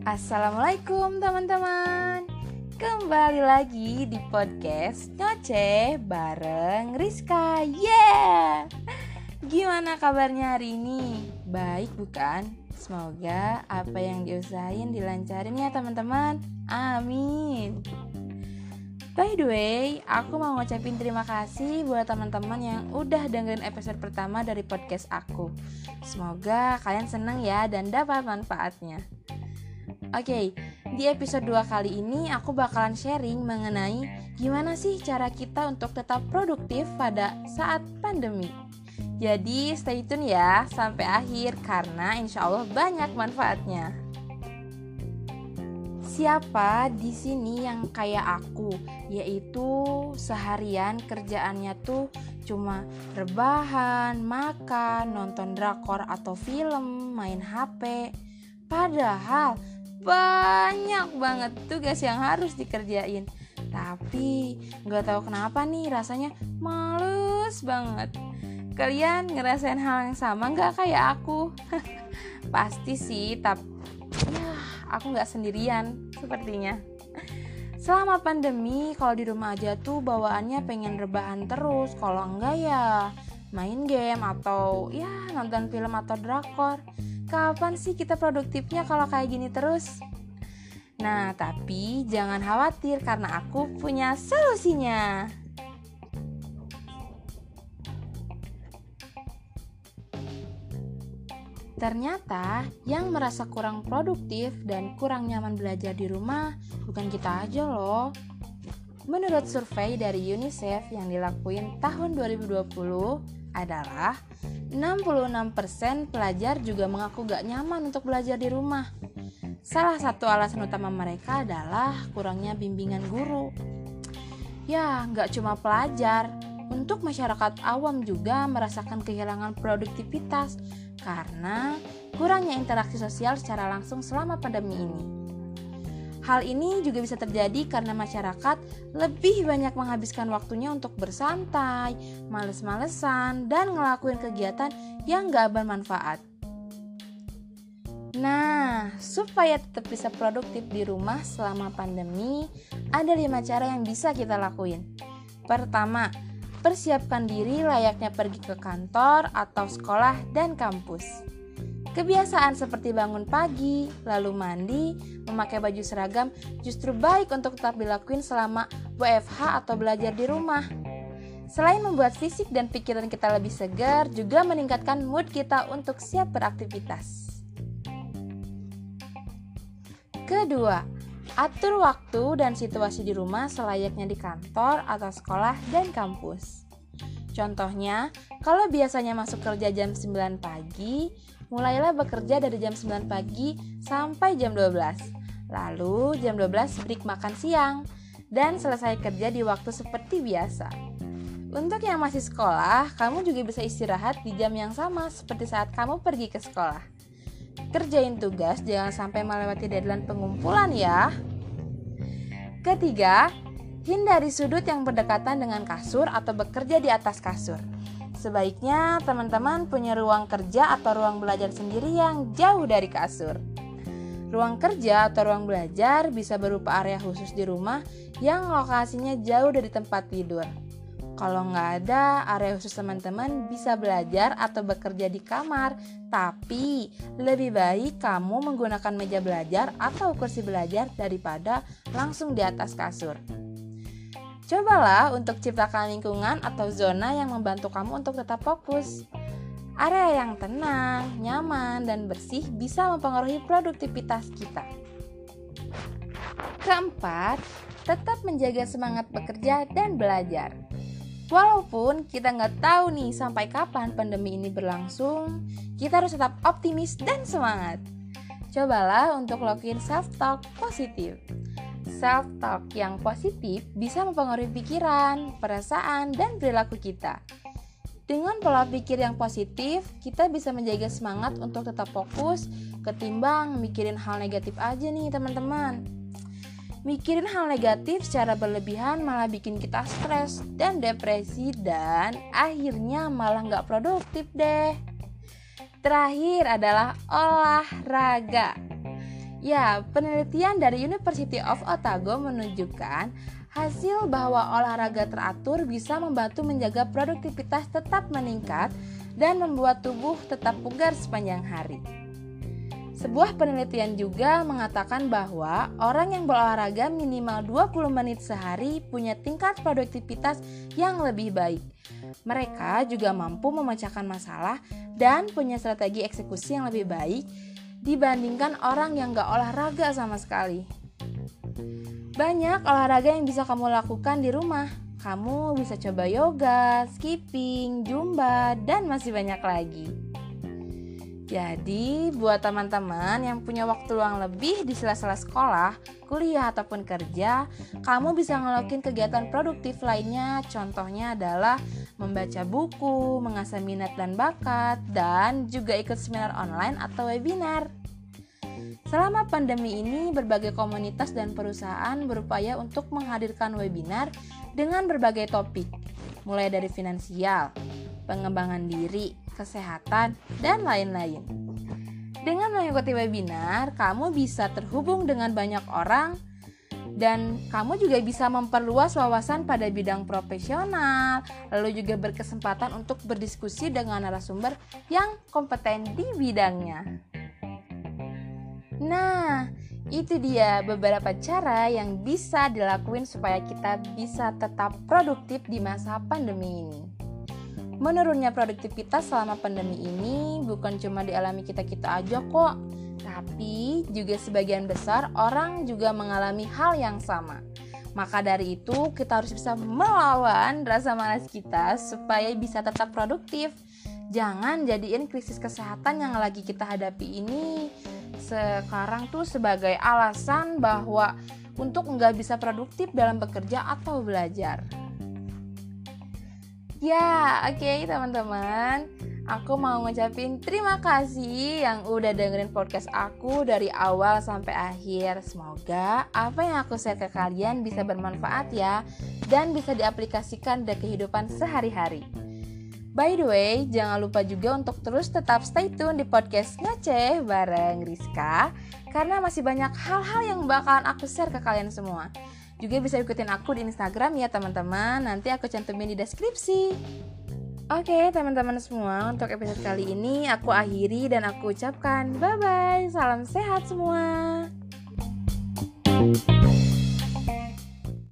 Assalamualaikum teman-teman. Kembali lagi di podcast Ngoceh bareng Rizka. Gimana kabarnya hari ini? Baik bukan? Semoga apa yang diusahain dilancarin ya teman-teman. Amin. By the way, aku mau ngucapin terima kasih buat teman-teman yang udah dengerin episode pertama dari podcast aku. Semoga kalian seneng ya dan dapat manfaatnya. Oke, di episode 2 kali ini aku bakalan sharing mengenai gimana sih cara kita untuk tetap produktif pada saat pandemi. Jadi stay tune ya sampai akhir karena insya Allah banyak manfaatnya. Siapa di sini yang kayak aku, yaitu seharian kerjaannya tuh cuma rebahan, makan, nonton drakor atau film, main HP. Padahal banyak banget tugas yang harus dikerjain. Tapi gak tahu kenapa nih rasanya males banget. Kalian ngerasain hal yang sama gak kayak aku? Pasti sih, tapi aku gak sendirian sepertinya. Selama pandemi kalau di rumah aja tuh bawaannya pengen rebahan terus. Kalau enggak ya main game atau ya nonton film atau drakor. Kapan sih kita produktifnya kalau kayak gini terus? Nah, tapi jangan khawatir karena aku punya solusinya. Ternyata yang merasa kurang produktif dan kurang nyaman belajar di rumah bukan kita aja loh. Menurut survei dari UNICEF yang dilakuin tahun 2020 adalah 66% pelajar juga mengaku gak nyaman untuk belajar di rumah. Salah satu alasan utama mereka adalah kurangnya bimbingan guru. Ya, gak cuma pelajar, untuk masyarakat awam juga merasakan kehilangan produktivitas karena kurangnya interaksi sosial secara langsung selama pandemi ini. Hal ini juga bisa terjadi karena masyarakat lebih banyak menghabiskan waktunya untuk bersantai, males-malesan, dan ngelakuin kegiatan yang gak bermanfaat. Nah, supaya tetap bisa produktif di rumah selama pandemi, ada 5 cara yang bisa kita lakuin. Pertama, persiapkan diri layaknya pergi ke kantor atau sekolah dan kampus. Kebiasaan seperti bangun pagi, lalu mandi, memakai baju seragam justru baik untuk tetap dilakuin selama WFH atau belajar di rumah. Selain membuat fisik dan pikiran kita lebih segar, juga meningkatkan mood kita untuk siap beraktivitas. Kedua, atur waktu dan situasi di rumah selayaknya di kantor atau sekolah dan kampus. Contohnya, kalau biasanya masuk kerja jam 9 pagi, mulailah bekerja dari jam 9 pagi sampai jam 12. Lalu jam 12 break makan siang dan selesai kerja di waktu seperti biasa. Untuk yang masih sekolah, kamu juga bisa istirahat di jam yang sama seperti saat kamu pergi ke sekolah. Kerjain tugas, jangan sampai melewati deadline pengumpulan ya. Ketiga, hindari sudut yang berdekatan dengan kasur atau bekerja di atas kasur. Sebaiknya teman-teman punya ruang kerja atau ruang belajar sendiri yang jauh dari kasur. Ruang kerja atau ruang belajar bisa berupa area khusus di rumah yang lokasinya jauh dari tempat tidur. Kalau nggak ada area khusus, teman-teman bisa belajar atau bekerja di kamar. Tapi lebih baik kamu menggunakan meja belajar atau kursi belajar daripada langsung di atas kasur. Cobalah untuk ciptakan lingkungan atau zona yang membantu kamu untuk tetap fokus. Area yang tenang, nyaman, dan bersih bisa mempengaruhi produktivitas kita. Keempat, tetap menjaga semangat bekerja dan belajar. Walaupun kita nggak tahu nih sampai kapan pandemi ini berlangsung, kita harus tetap optimis dan semangat. Cobalah untuk lakuin self-talk positif. Self-talk yang positif bisa mempengaruhi pikiran, perasaan, dan perilaku kita. Dengan pola pikir yang positif, kita bisa menjaga semangat untuk tetap fokus ketimbang mikirin hal negatif aja nih teman-teman. Mikirin hal negatif secara berlebihan malah bikin kita stres dan depresi dan akhirnya malah gak produktif deh. Terakhir adalah olahraga. Ya, penelitian dari University of Otago menunjukkan hasil bahwa olahraga teratur bisa membantu menjaga produktivitas tetap meningkat dan membuat tubuh tetap bugar sepanjang hari. Sebuah penelitian juga mengatakan bahwa orang yang berolahraga minimal 20 menit sehari punya tingkat produktivitas yang lebih baik. Mereka juga mampu memecahkan masalah dan punya strategi eksekusi yang lebih baik dibandingkan orang yang gak olahraga sama sekali. Banyak olahraga yang bisa kamu lakukan di rumah. Kamu bisa coba yoga, skipping, zumba, dan masih banyak lagi. Jadi, buat teman-teman yang punya waktu luang lebih di sela-sela sekolah, kuliah, ataupun kerja, kamu bisa ngelakuin kegiatan produktif lainnya. Contohnya adalah membaca buku, mengasah minat dan bakat, dan juga ikut seminar online atau webinar. Selama pandemi ini, berbagai komunitas dan perusahaan berupaya untuk menghadirkan webinar dengan berbagai topik, mulai dari finansial, pengembangan diri, kesehatan, dan lain-lain. Dengan mengikuti webinar, kamu bisa terhubung dengan banyak orang dan kamu juga bisa memperluas wawasan pada bidang profesional, lalu juga berkesempatan untuk berdiskusi dengan narasumber yang kompeten di bidangnya. Nah, itu dia beberapa cara yang bisa dilakuin supaya kita bisa tetap produktif di masa pandemi ini. Menurunnya produktivitas selama pandemi ini bukan cuma dialami kita-kita aja kok, tapi juga sebagian besar orang juga mengalami hal yang sama. Maka dari itu kita harus bisa melawan rasa malas kita supaya bisa tetap produktif. Jangan jadiin krisis kesehatan yang lagi kita hadapi ini sekarang tuh sebagai alasan bahwa untuk nggak bisa produktif dalam bekerja atau belajar. Ya, oke, teman-teman. Aku mau ngucapin terima kasih yang udah dengerin podcast aku dari awal sampai akhir. Semoga apa yang aku share ke kalian bisa bermanfaat ya dan bisa diaplikasikan di kehidupan sehari-hari. By the way, jangan lupa juga untuk terus tetap stay tune di podcast Ngoceh bareng Rizka karena masih banyak hal-hal yang bakalan aku share ke kalian semua. Juga bisa ikutin aku di Instagram ya teman-teman, nanti aku cantumin di deskripsi. Oke teman-teman semua, untuk episode kali ini aku akhiri dan aku ucapkan bye-bye, salam sehat semua.